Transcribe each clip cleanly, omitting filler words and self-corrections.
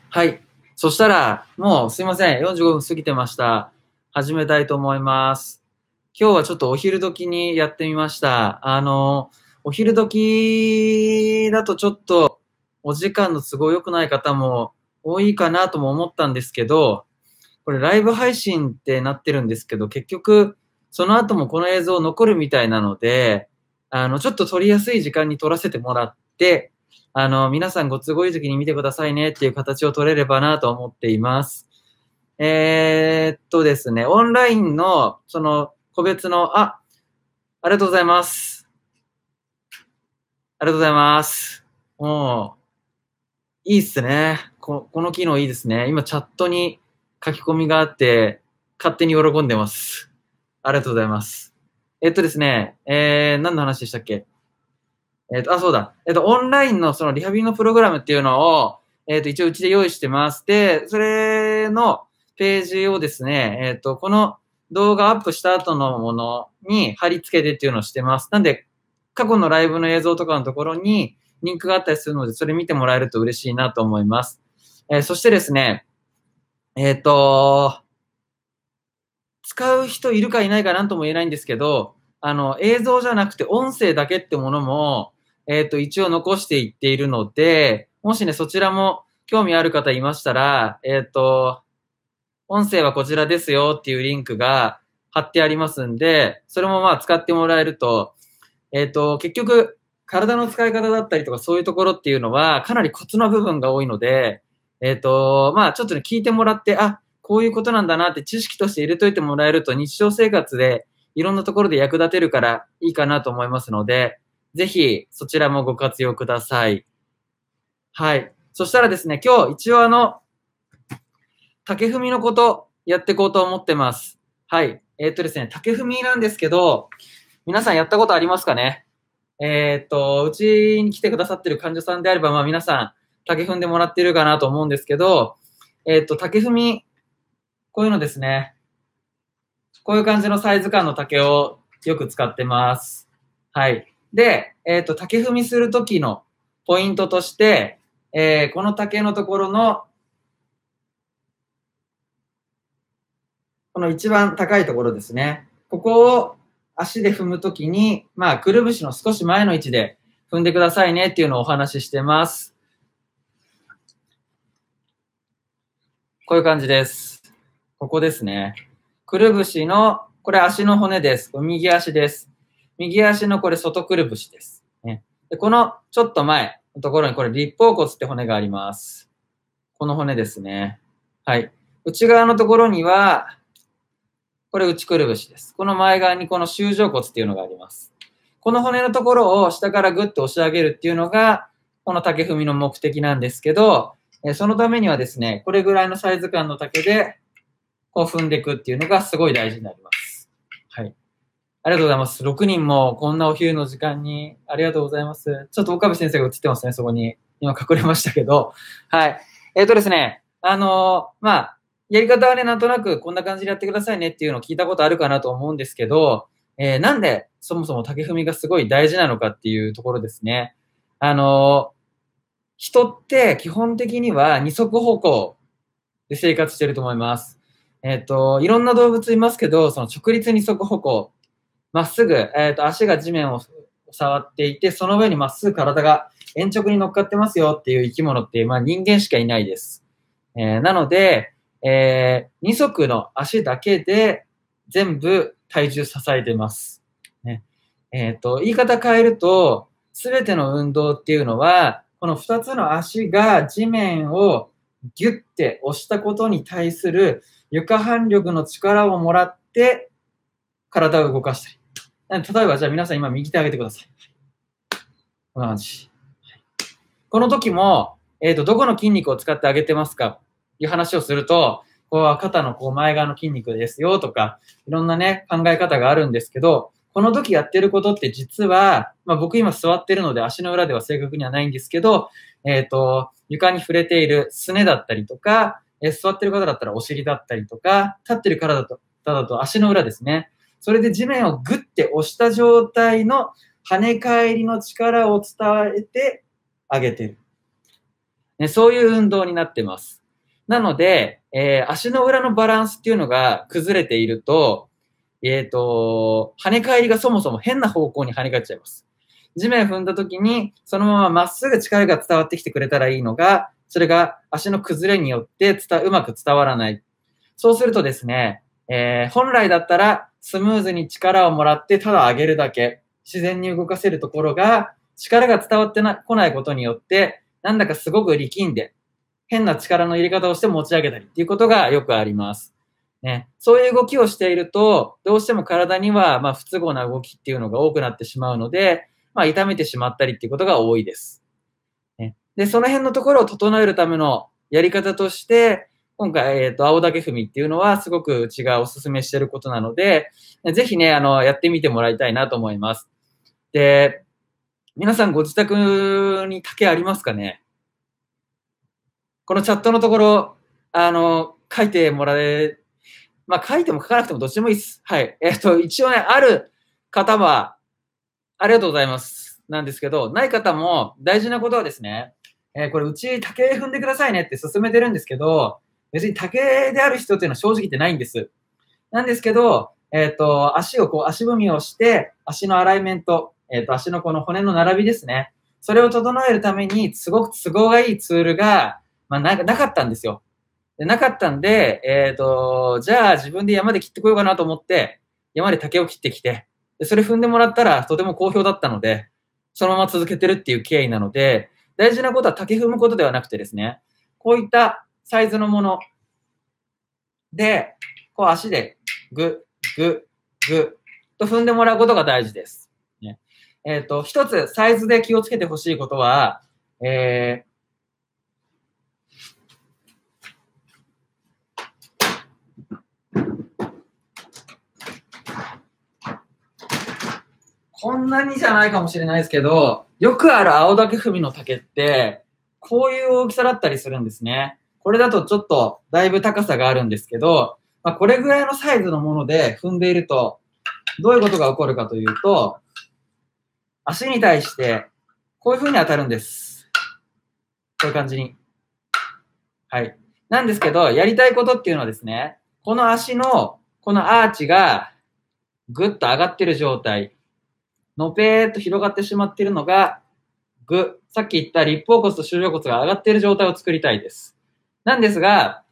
はい。そしたら、もうすいません。45分過ぎてました。始めたいと思います。今日はちょっとお昼時にやってみました。お昼時だとちょっとお時間の都合良くない方も多いかなとも思ったんですけど、これライブ配信ってなってるんですけど、結局、その後もこの映像残るみたいなので、ちょっと撮りやすい時間に撮らせてもらって、皆さんご都合いい時に見てくださいねっていう形を取れればなと思っています。ですね、オンラインの、その、個別の、ありがとうございます。ありがとうございます。もう、いいっすね。この機能いいですね。今チャットに書き込みがあって、勝手に喜んでます。ありがとうございます。ですね、何の話でしたっけ？そうだ。オンラインのそのリハビリのプログラムっていうのを、一応うちで用意してます。で、それのページをですね、この動画アップした後のものに貼り付けてっていうのをしてます。なんで、過去のライブの映像とかのところにリンクがあったりするので、それ見てもらえると嬉しいなと思います。そしてですね、使う人いるかいないかなんとも言えないんですけど、映像じゃなくて音声だけってものも、一応残していっているので、もしね、そちらも興味ある方いましたら、音声はこちらですよっていうリンクが貼ってありますんで、それもまあ使ってもらえると、結局、体の使い方だったりとかそういうところっていうのは、かなりコツの部分が多いので、まあちょっとね、聞いてもらって、あ、こういうことなんだなって知識として入れといてもらえると、日常生活でいろんなところで役立てるからいいかなと思いますので、ぜひそちらもご活用ください。はい。そしたらですね、今日一応竹踏みのことやっていこうと思ってます。はい。ですね、竹踏みなんですけど、皆さんやったことありますかね？うちに来てくださってる患者さんであれば、まあ皆さん、竹踏んでもらってるかなと思うんですけど、竹踏み、こういうのですね。こういう感じのサイズ感の竹をよく使ってます。はい。で、竹踏みするときのポイントとして、この竹のところの、この一番高いところですね。ここを足で踏むときに、まあ、くるぶしの少し前の位置で踏んでくださいねっていうのをお話ししてます。こういう感じです。ここですね。くるぶしの、これ足の骨です。右足です。右足のこれ外くるぶしです。ね、でこのちょっと前のところにこれ立方骨って骨があります。この骨ですね。はい。内側のところには、これ内くるぶしです。この前側にこの舟状骨っていうのがあります。この骨のところを下からグッと押し上げるっていうのが、この竹踏みの目的なんですけど、そのためにはですね、これぐらいのサイズ感の竹で、こう踏んでいくっていうのがすごい大事になります。はい。ありがとうございます。6人もこんなお昼の時間にありがとうございます。ちょっと岡部先生が映ってますね、そこに。今隠れましたけど。はい。ですね、まあ、やり方はね、なんとなくこんな感じでやってくださいねっていうのを聞いたことあるかなと思うんですけど、なんでそもそも竹踏みがすごい大事なのかっていうところですね。人って基本的には二足歩行で生活してると思います。いろんな動物いますけど、その直立二足歩行、まっすぐ、足が地面を触っていて、その上にまっすぐ体が延直に乗っかってますよっていう生き物って、まあ人間しかいないです。なので、二足の足だけで全部体重支えてます。ね、言い方変えると、すべての運動っていうのは、この二つの足が地面をギュッて押したことに対する床反力の力をもらって体を動かしたり。例えばじゃあ皆さん今右手上げてください。こんな感じ。この時も、どこの筋肉を使って上げてますかいう話をすると、こう肩のこう前側の筋肉ですよとか、いろんなね、考え方があるんですけど、この時やってることって実は、まあ僕今座ってるので足の裏では正確にはないんですけど、床に触れているすねだったりとか、座ってる方だったらお尻だったりとか、立ってる方だと足の裏ですね。それで地面をグッて押した状態の跳ね返りの力を伝えてあげてる。ね、そういう運動になってます。 なので、足の裏のバランスっていうのが崩れていると、跳ね返りがそもそも変な方向に跳ね返っちゃいます。地面踏んだ時に、そのまままっすぐ力が伝わってきてくれたらいいのが、それが足の崩れによってうまく伝わらない。そうするとですね、本来だったらスムーズに力をもらってただ上げるだけ、自然に動かせるところが、力が伝わってこないことによって、なんだかすごく力んで、変な力の入れ方をして持ち上げたりっていうことがよくあります。ね、そういう動きをしていると、どうしても体には不都合な動きっていうのが多くなってしまうので、痛めてしまったりっていうことが多いです。ね、で、その辺のところを整えるためのやり方として、今回、青竹踏みっていうのはすごくうちがお勧めしていることなので、ぜひね、やってみてもらいたいなと思います。で、皆さんご自宅に竹ありますかね？このチャットのところ、書いてもらえ、書いても書かなくてもどっちでもいいです。はい。一応ね、ある方は、ありがとうございます。なんですけど、ない方も大事なことはですね、これうち竹踏んでくださいねって勧めてるんですけど、別に竹である必要っていうのは正直言ってないんです。なんですけど、足踏みをして、足のアライメント、足のこの骨の並びですね。それを整えるために、すごく都合がいいツールが、なかったんですよ。でなかったんで、じゃあ自分で山で切ってこようかなと思って、山で竹を切ってきて、でそれ踏んでもらったらとても好評だったので、そのまま続けてるっていう経緯なので、大事なことは竹踏むことではなくてですね、こういったサイズのもので、こう足でグッと踏んでもらうことが大事です。ね、一つサイズで気をつけてほしいことは、こんなにじゃないかもしれないですけど、よくある青竹踏みの竹って、こういう大きさだったりするんですね。これだとちょっとだいぶ高さがあるんですけど、これぐらいのサイズのもので踏んでいると、どういうことが起こるかというと、足に対してこういう風に当たるんです。こういう感じに。はい。なんですけど、やりたいことっていうのはですね、この足のこのアーチがぐっと上がってる状態。のぺーっと広がってしまっているのが、さっき言った立方骨と舟状骨が上がっている状態を作りたいです。なんですが、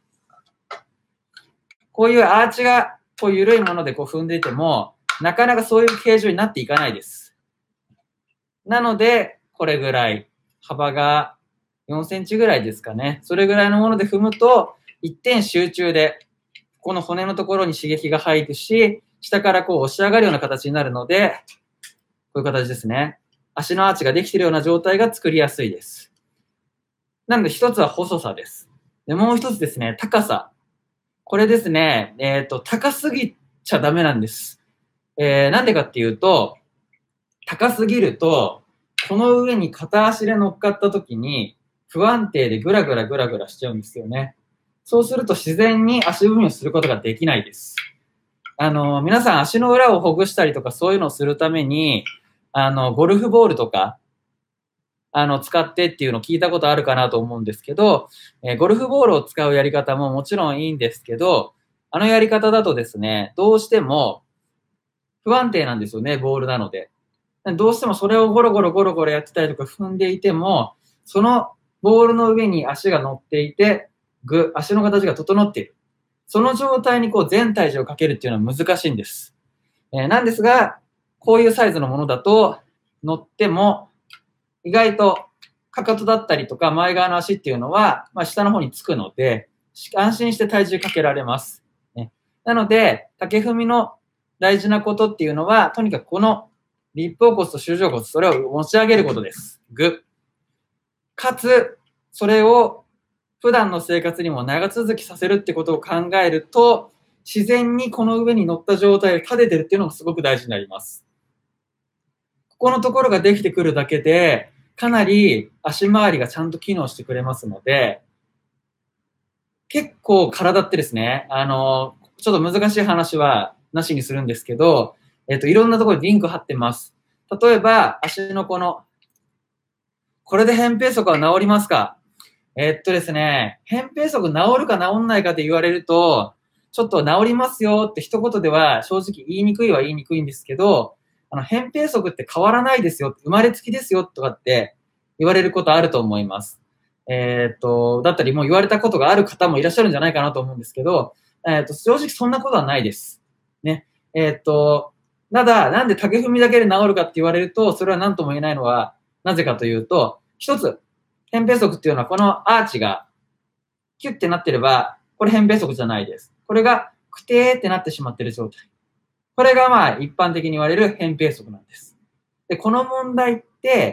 こういうアーチがこう緩いものでこう踏んでいても、なかなかそういう形状になっていかないです。なので、これぐらい、幅が4センチぐらいですかね。それぐらいのもので踏むと、一点集中で、この骨のところに刺激が入るし、下からこう押し上がるような形になるので、こういう形ですね。足のアーチができているような状態が作りやすいです。なので一つは細さです。で、もう一つですね、高さ。これですね、高すぎちゃダメなんです。なんでかっていうと、高すぎると、この上に片足で乗っかった時に不安定でグラグラしちゃうんですよね。そうすると自然に足踏みをすることができないです。皆さん足の裏をほぐしたりとかそういうのをするために、ゴルフボールとか、使ってっていうのを聞いたことあるかなと思うんですけど、ゴルフボールを使うやり方ももちろんいいんですけど、あのやり方だとですね、どうしても不安定なんですよね、ボールなので。どうしてもそれをゴロゴロやってたりとか踏んでいても、そのボールの上に足が乗っていて、足の形が整っている。その状態にこう全体重をかけるっていうのは難しいんです。なんですが、こういうサイズのものだと乗っても意外とかかとだったりとか前側の足っていうのは、下の方につくので、安心して体重かけられます。ね、なので、竹踏みの大事なことっていうのは、とにかくこの立方骨と舟状骨、それを持ち上げることです。かつ、それを普段の生活にも長続きさせるってことを考えると、自然にこの上に乗った状態で立ててるっていうのがすごく大事になります。ここのところができてくるだけで、かなり足回りがちゃんと機能してくれますので、結構体ってですね、ちょっと難しい話はなしにするんですけど、いろんなところにリンク貼ってます。例えば、足のこれで扁平足は治りますか？ ですね、扁平足治るか治んないかって言われると、ちょっと治りますよって一言では正直言いにくいは言いにくいんですけど、扁平足って変わらないですよ、生まれつきですよとかって言われることあると思います。だったりもう言われたことがある方もいらっしゃるんじゃないかなと思うんですけど、正直そんなことはないです。ね。ただ、なんで竹踏みだけで治るかって言われると、それは何とも言えないのは、なぜかというと、一つ、扁平足っていうのはこのアーチがキュッてなってれば、これ扁平足じゃないです。これがくてーってなってしまっている状態。これがまあ一般的に言われる扁平足なんです。で、この問題って、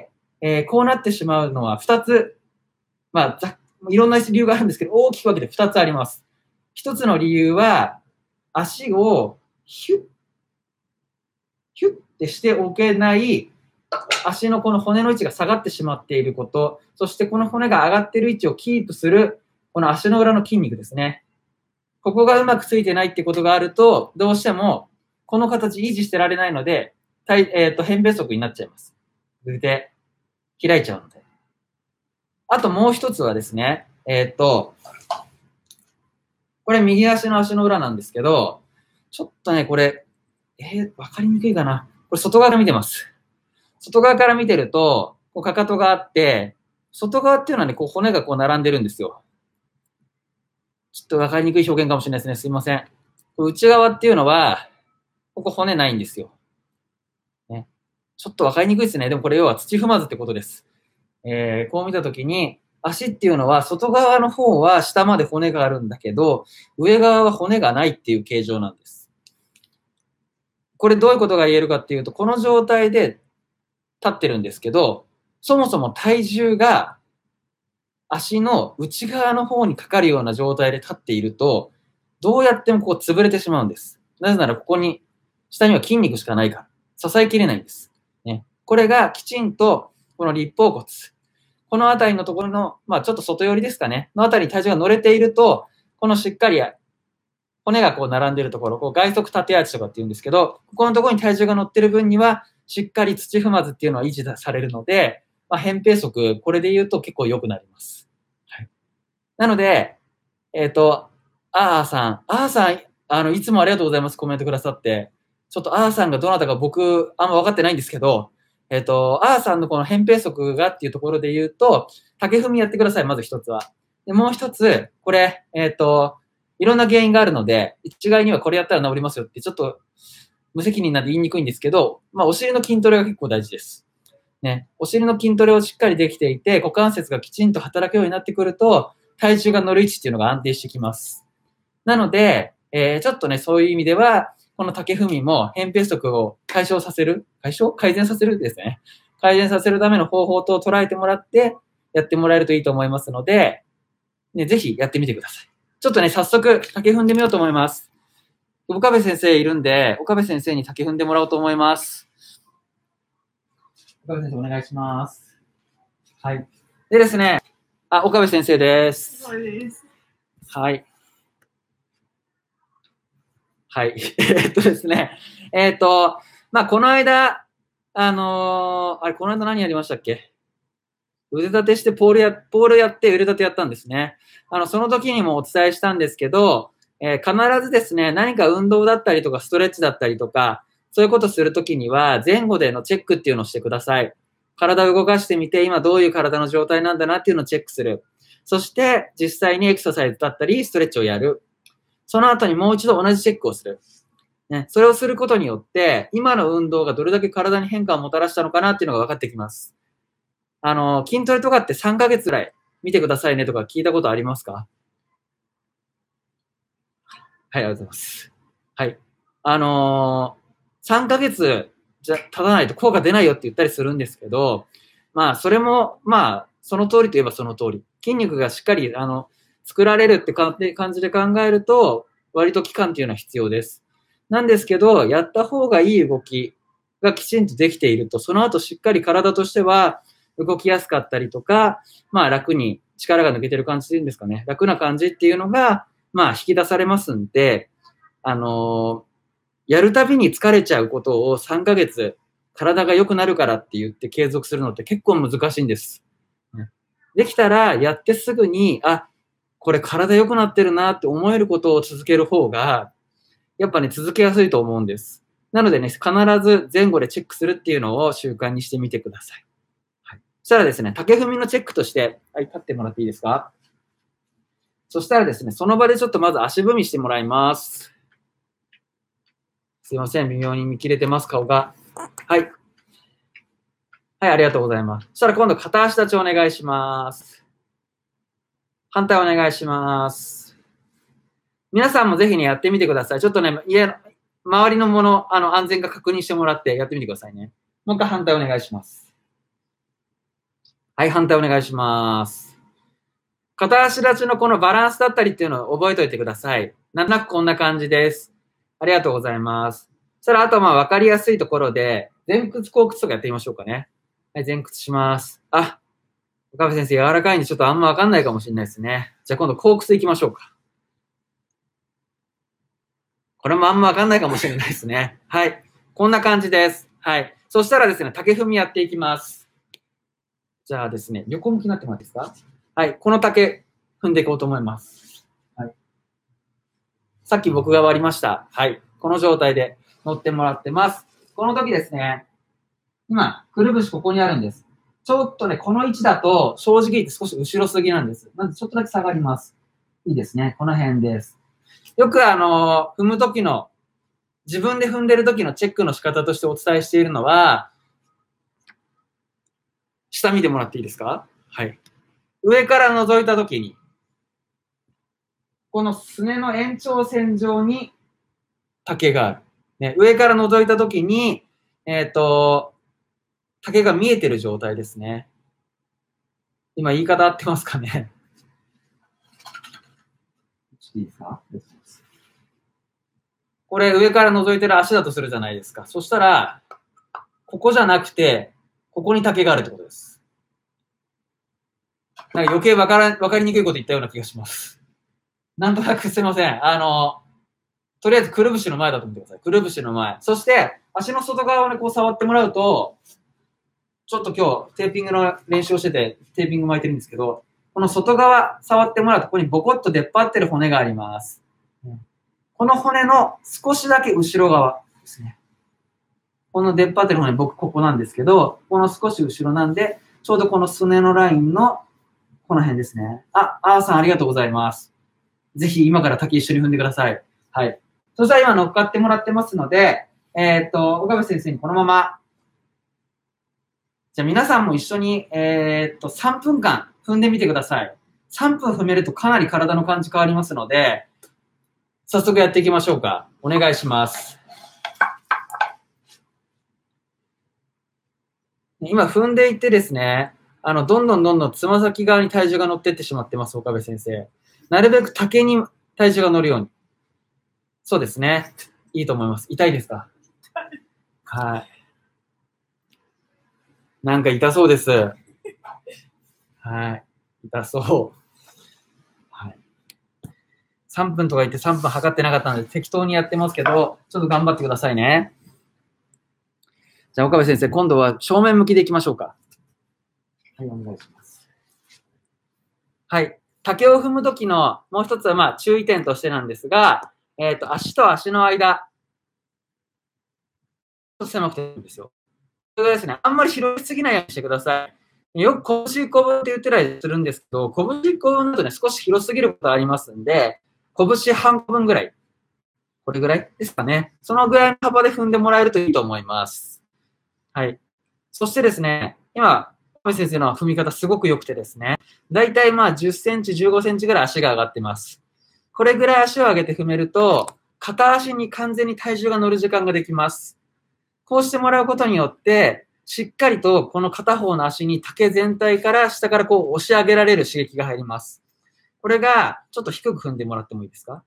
こうなってしまうのは2つ、まあ、いろんな理由があるんですけど、大きく分けて2つあります。1つの理由は、足をヒュッ、ヒュッてしておけない足のこの骨の位置が下がってしまっていること、そしてこの骨が上がっている位置をキープする、この足の裏の筋肉ですね。ここがうまくついてないってことがあると、どうしてもこの形維持してられないので、扁平足になっちゃいます。で、開いちゃうので。あともう一つはですね、これ右足の足の裏なんですけど、ちょっとね、これ、わかりにくいかな。これ外側から見てます。外側から見てると、こうかかとがあって、外側っていうのはね、こう骨がこう並んでるんですよ。ちょっとわかりにくい表現かもしれないですね。すいません。内側っていうのは、ここ骨ないんですよ。ね、ちょっとわかりにくいですね。でもこれ要は土踏まずってことです。こう見たときに、足っていうのは外側の方は下まで骨があるんだけど、上側は骨がないっていう形状なんです。これどういうことが言えるかっていうと、この状態で立ってるんですけど、そもそも体重が足の内側の方にかかるような状態で立っていると、どうやってもこう潰れてしまうんです。なぜならここに、下には筋肉しかないから、支えきれないんです。ね、これがきちんと、この立方骨、この辺りのところの、まあちょっと外寄りですかね、の辺りに体重が乗れていると、このしっかり骨がこう並んでいるところ、こう外側縦アーチとかって言うんですけど、ここのところに体重が乗ってる分には、しっかり土踏まずっていうのは維持されるので、まあ、扁平足、これで言うと結構良くなります。はい、なので、あーさん、いつもありがとうございます。コメントくださって。ちょっとあーさんがどなたか僕、あんま分かってないんですけど、あーさんのこの扁平足がっていうところで言うと、竹踏みやってください、まず一つは。で、もう一つ、これ、いろんな原因があるので、一概にはこれやったら治りますよって、ちょっと無責任なんで言いにくいんですけど、まあ、お尻の筋トレが結構大事です。ね、お尻の筋トレをしっかりできていて、股関節がきちんと働くようになってくると、体重が乗る位置っていうのが安定してきます。なので、ちょっとね、そういう意味では、この竹踏みも扁平足を改善させるですね。改善させるための方法と捉えてもらって、やってもらえるといいと思いますので、ね、ぜひやってみてください。ちょっとね、早速、竹踏んでみようと思います。岡部先生いるんで、岡部先生に竹踏んでもらおうと思います。岡部先生、お願いします。はい。でですね、岡部先生です。 そうです。 はい。はい。ですね。まあ、この間、この間何やりましたっけ？腕立てしてポールやって腕立てやったんですね。その時にもお伝えしたんですけど、必ずですね、何か運動だったりとかストレッチだったりとか、そういうことするときには前後でのチェックっていうのをしてください。体を動かしてみて、今どういう体の状態なんだなっていうのをチェックする。そして、実際にエクササイズだったり、ストレッチをやる。その後にもう一度同じチェックをする。ね、それをすることによって、今の運動がどれだけ体に変化をもたらしたのかなっていうのが分かってきます。筋トレとかって3ヶ月ぐらい見てくださいねとか聞いたことありますか？はい、ありがとうございます。はい。3ヶ月じゃ経たないと効果出ないよって言ったりするんですけど、まあ、それも、まあ、その通りといえばその通り。筋肉がしっかり、作られるって感じで考えると、割と期間っていうのは必要です。なんですけど、やった方がいい動きがきちんとできていると、その後しっかり体としては動きやすかったりとか、まあ楽に力が抜けてる感じでいいんですかね。楽な感じっていうのが、まあ引き出されますんで、やるたびに疲れちゃうことを3ヶ月、体が良くなるからって言って継続するのって結構難しいんです。 できたらやってすぐに、あ、これ体良くなってるなって思えることを続ける方が、やっぱね、続けやすいと思うんです。なのでね、必ず前後でチェックするっていうのを習慣にしてみてください。はい。そしたらですね、竹踏みのチェックとして、はい、立ってもらっていいですか？そしたらですね、その場でちょっとまず足踏みしてもらいます。すいません、微妙に見切れてます、顔が。はい。はい、ありがとうございます。そしたら今度片足立ちお願いします。反対お願いします。皆さんもぜひね、やってみてください。ちょっとね、周りのもの、安全が確認してもらってやってみてくださいね。もう一回反対お願いします。はい、反対お願いします。片足立ちのこのバランスだったりっていうのを覚えておいてください。なんとなくこんな感じです。ありがとうございます。そしたらあとわかりやすいところで、前屈後屈とかやってみましょうかね。はい、前屈します。あ、岡部先生柔らかいんでちょっとあんまわかんないかもしれないですね。じゃあ今度後屈いきましょうか。これもあんまわかんないかもしれないですね。はい。こんな感じです。はい。そしたらですね、竹踏みやっていきます。じゃあですね、横向きになってもらっていいですか？はい。この竹踏んでいこうと思います。はい。さっき僕が割りました。はい。この状態で乗ってもらってます。この時ですね、今、くるぶしここにあるんです。ちょっとね、この位置だと正直言って少し後ろすぎなんです。まずちょっとだけ下がります。いいですね。この辺です。よく踏む時の自分で踏んでる時のチェックの仕方としてお伝えしているのは、下見てもらっていいですか？はい。上から覗いた時に、このすねの延長線上に竹がある。ね、上から覗いた時に、竹が見えてる状態ですね。今言い方合ってますかね？ちょっといいですか？これ上から覗いてる足だとするじゃないですか。そしたら、ここじゃなくて、ここに竹があるってことです。なんか余計わかりにくいこと言ったような気がします。なんとなくすいません。とりあえずくるぶしの前だと思ってください。くるぶしの前。そして、足の外側をね、こう触ってもらうと、ちょっと今日テーピングの練習をしてて、テーピング巻いてるんですけど、この外側触ってもらうと、ここにボコッと出っ張ってる骨があります。この骨の少しだけ後ろ側ですね。この出っ張ってる骨、僕ここなんですけど、この少し後ろなんで、ちょうどこのすねのラインのこの辺ですね。あーさんありがとうございます。ぜひ今から滝一緒に踏んでください。はい。そしたら今乗っかってもらってますので、岡部先生にこのまま、じゃあ皆さんも一緒に、3分間踏んでみてください。3分踏めるとかなり体の感じ変わりますので、早速やっていきましょうか。お願いします。今踏んでいってですね、どんどんつま先側に体重が乗っていってしまってます、岡部先生。なるべく竹に体重が乗るように。そうですね。いいと思います。痛いですか？はい。なんか痛そうです。はい。痛そう。はい。3分とか言って3分測ってなかったので適当にやってますけど、ちょっと頑張ってくださいね。じゃあ岡部先生、今度は正面向きでいきましょうか。はい、お願いします。はい。竹を踏むときのもう一つは注意点としてなんですが、足と足の間、ちょっと狭くていいんですよ。それですね、あんまり広すぎないようにしてください。よく拳一個分って言ってたりするんですけど、拳一個分だとね、少し広すぎることがありますんで、拳半個分ぐらい。これぐらいですかね。そのぐらいの幅で踏んでもらえるといいと思います。はい。そしてですね、今、小先生の踏み方すごく良くてですね、だいたい10センチ、15センチぐらい足が上がってます。これぐらい足を上げて踏めると、片足に完全に体重が乗る時間ができます。こうしてもらうことによって、しっかりとこの片方の足に竹全体から下からこう押し上げられる刺激が入ります。これがちょっと低く踏んでもらってもいいですか？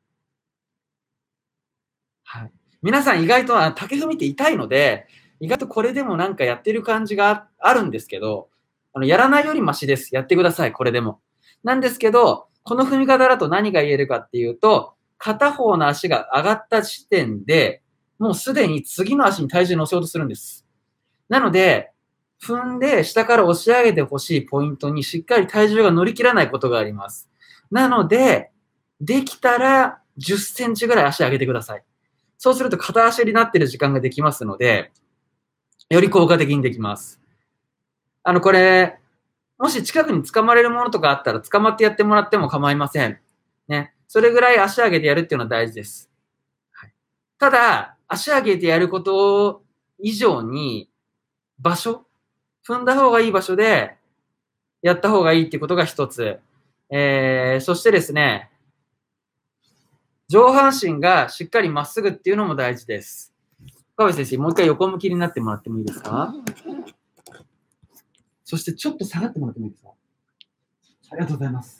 はい。皆さん意外と竹踏みって痛いので、意外とこれでもなんかやってる感じがあるんですけど、やらないよりマシです。やってください、これでも。なんですけど、この踏み方だと何が言えるかっていうと、片方の足が上がった時点で、もうすでに次の足に体重乗せようとするんです。なので、 踏んで下から押し上げてほしいポイントにしっかり体重が乗り切らないことがあります。なので、できたら10センチぐらい足上げてください。そうすると片足になってる時間ができますので、より効果的にできます。これ、もし近くに捕まれるものとかあったら捕まってやってもらっても構いません。ね。それぐらい足上げてやるっていうのは大事です。はい、ただ、足上げてやること以上に、場所、踏んだ方がいい場所でやった方がいいっていうことが一つ。そしてですね、上半身がしっかりまっすぐっていうのも大事です。岡部先生、もう一回横向きになってもらってもいいですか？そしてちょっと下がってもらってもいいですか？ありがとうございます。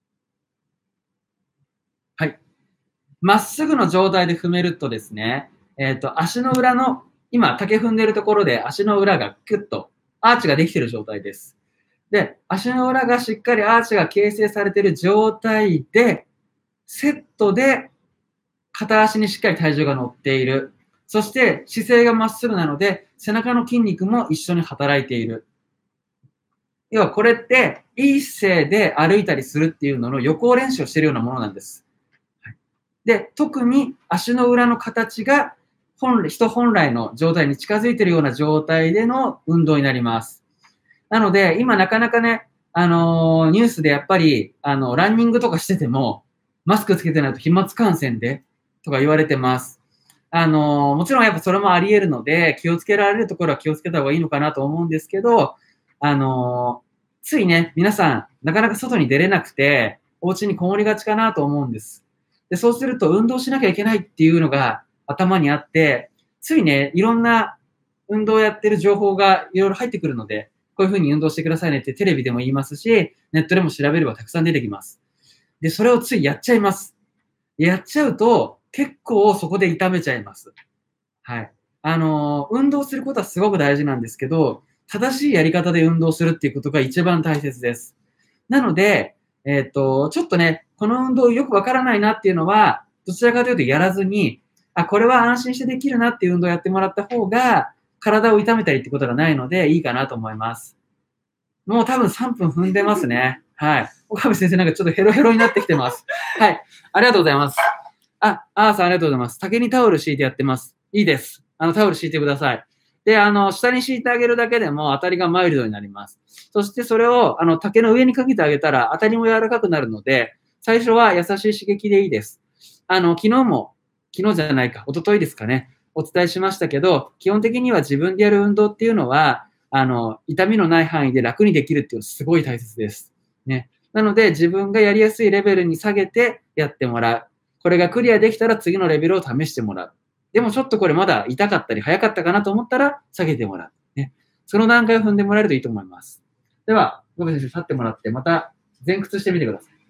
はい。まっすぐの状態で踏めるとですね、足の裏の、今竹踏んでるところで足の裏がキュッとアーチができている状態です。で、足の裏がしっかりアーチが形成されている状態で、セットで片足にしっかり体重が乗っている。そして姿勢がまっすぐなので、背中の筋肉も一緒に働いている。要はこれって、いい姿勢で歩いたりするっていうのの予行練習をしているようなものなんです。で、特に足の裏の形が人本来の状態に近づいているような状態での運動になります。なので、今なかなかね、ニュースでやっぱり、ランニングとかしてても、マスクつけてないと飛沫感染で、とか言われてます。もちろんやっぱそれもあり得るので、気をつけられるところは気をつけた方がいいのかなと思うんですけど、ついね、皆さん、なかなか外に出れなくて、お家にこもりがちかなと思うんです。で、そうすると運動しなきゃいけないっていうのが頭にあって、ついね、いろんな運動をやってる情報がいろいろ入ってくるので、こういうふうに運動してくださいねってテレビでも言いますし、ネットでも調べればたくさん出てきます。で、それをついやっちゃいます。やっちゃうと、結構そこで痛めちゃいます。はい。運動することはすごく大事なんですけど、正しいやり方で運動するっていうことが一番大切です。なので、ちょっとね、この運動よくわからないなっていうのは、どちらかというとやらずに、これは安心してできるなっていう運動をやってもらった方が、体を痛めたりってことがないので、いいかなと思います。もう多分3分踏んでますね。はい。岡部先生なんかちょっとヘロヘロになってきてます。はい。ありがとうございます。アーさんありがとうございます。竹にタオル敷いてやってます。いいです。タオル敷いてください。で、下に敷いてあげるだけでも当たりがマイルドになります。そしてそれを、竹の上にかけてあげたら当たりも柔らかくなるので、最初は優しい刺激でいいです。昨日じゃないか、一昨日ですかね、お伝えしましたけど、基本的には自分でやる運動っていうのは、痛みのない範囲で楽にできるっていうのはすごい大切です。ね。なので、自分がやりやすいレベルに下げてやってもらう。これがクリアできたら次のレベルを試してもらう。でもちょっとこれまだ痛かったり早かったかなと思ったら下げてもらう。ね。その段階を踏んでもらえるといいと思います。では、ゴベ先生立ってもらって、また前屈してみてください。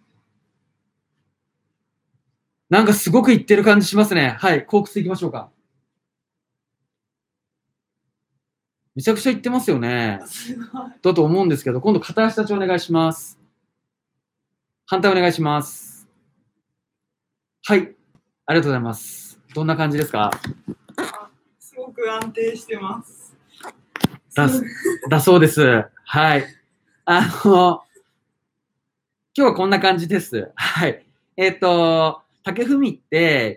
なんかすごくいってる感じしますね。はい。後屈いきましょうか。めちゃくちゃいってますよね。だと思うんですけど、今度片足立ちお願いします。反対お願いします。はい。ありがとうございます。どんな感じですか？ すごく安定してます。 だそうです。はい。今日はこんな感じです。はい。竹踏みって、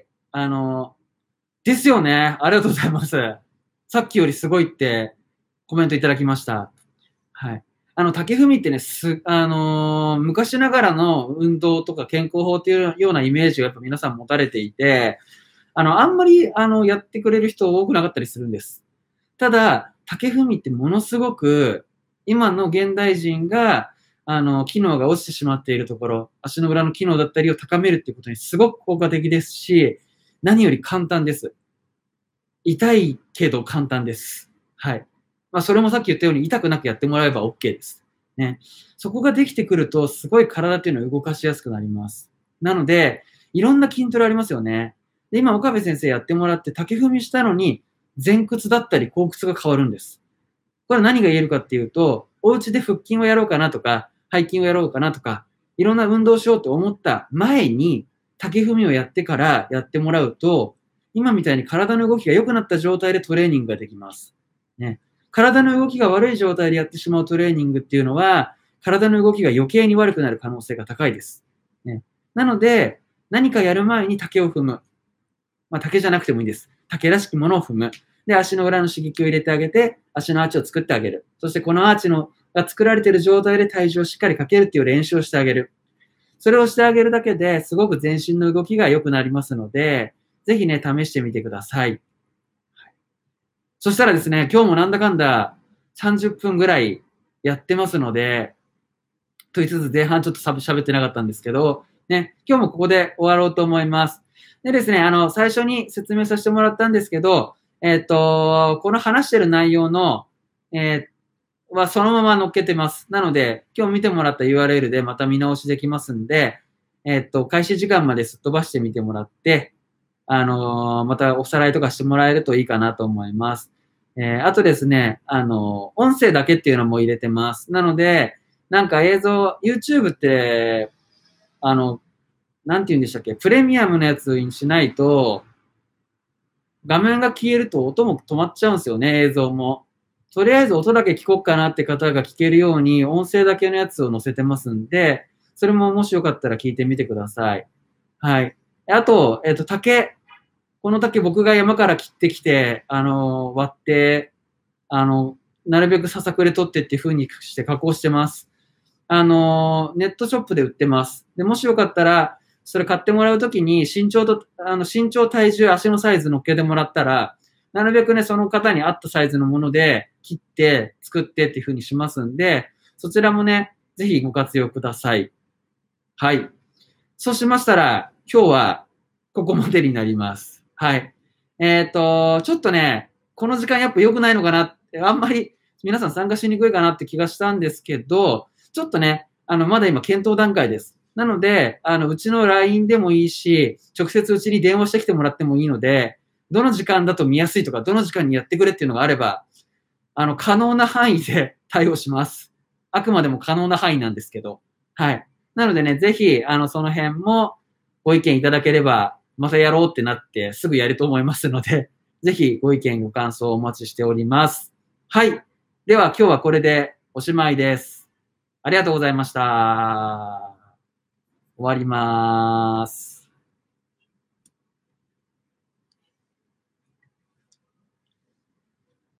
ですよね。ありがとうございます。さっきよりすごいってコメントいただきました。はい。竹踏みってね、昔ながらの運動とか健康法っていうようなイメージをやっぱ皆さん持たれていて、あんまり、やってくれる人多くなかったりするんです。ただ、竹踏みってものすごく、今の現代人が、機能が落ちてしまっているところ、足の裏の機能だったりを高めるっていうことにすごく効果的ですし、何より簡単です。痛いけど簡単です。はい。まあ、それもさっき言ったように痛くなくやってもらえば OK です。ね。そこができてくると、すごい体っていうのを動かしやすくなります。なので、いろんな筋トレありますよね。で、今、岡部先生やってもらって竹踏みしたのに、前屈だったり後屈が変わるんです。これ何が言えるかっていうと、お家で腹筋をやろうかなとか、背筋をやろうかなとか、いろんな運動しようと思った前に、竹踏みをやってからやってもらうと、今みたいに体の動きが良くなった状態でトレーニングができます。ね。 体の動きが悪い状態でやってしまうトレーニングっていうのは、体の動きが余計に悪くなる可能性が高いです。ね、なので、何かやる前に竹を踏む。まあ、竹じゃなくてもいいです。竹らしきものを踏む。で、足の裏の刺激を入れてあげて、足のアーチを作ってあげる。そしてこのアーチが作られている状態で体重をしっかりかけるっていう練習をしてあげる。それをしてあげるだけですごく全身の動きが良くなりますので、ぜひね、試してみてください。そしたらですね、今日もなんだかんだ30分ぐらいやってますので、と言いつつ前半ちょっと喋ってなかったんですけど、ね、今日もここで終わろうと思います。でですね、最初に説明させてもらったんですけど、この話してる内容の、はそのまま載っけてます。なので、今日見てもらった URL でまた見直しできますんで、開始時間まですっ飛ばしてみてもらって、またおさらいとかしてもらえるといいかなと思います。あとですね、音声だけっていうのも入れてます。なので、なんか映像、YouTube って、なんて言うんでしたっけ、プレミアムのやつにしないと、画面が消えると音も止まっちゃうんですよね、映像も。とりあえず音だけ聞こうかなって方が聞けるように、音声だけのやつを載せてますんで、それももしよかったら聞いてみてください。はい。あと、竹。この竹僕が山から切ってきて、割って、なるべくささくれ取ってっていう風にして加工してます。ネットショップで売ってます。で、もしよかったら、それ買ってもらうときに身長、体重、足のサイズ乗っけてもらったら、なるべくね、その方に合ったサイズのもので切って作ってっていう風にしますんで、そちらもね、ぜひご活用ください。はい。そうしましたら、今日はここまでになります。はい。ちょっとね、この時間やっぱ良くないのかなって、あんまり皆さん参加しにくいかなって気がしたんですけど、ちょっとね、まだ今検討段階です。なので、うちの LINE でもいいし、直接うちに電話してきてもらってもいいので、どの時間だと見やすいとか、どの時間にやってくれっていうのがあれば、可能な範囲で対応します。あくまでも可能な範囲なんですけど。はい。なのでね、ぜひ、その辺もご意見いただければ、またやろうってなってすぐやると思いますので、ぜひご意見ご感想お待ちしております。はい。では今日はこれでおしまいです。ありがとうございました。終わります。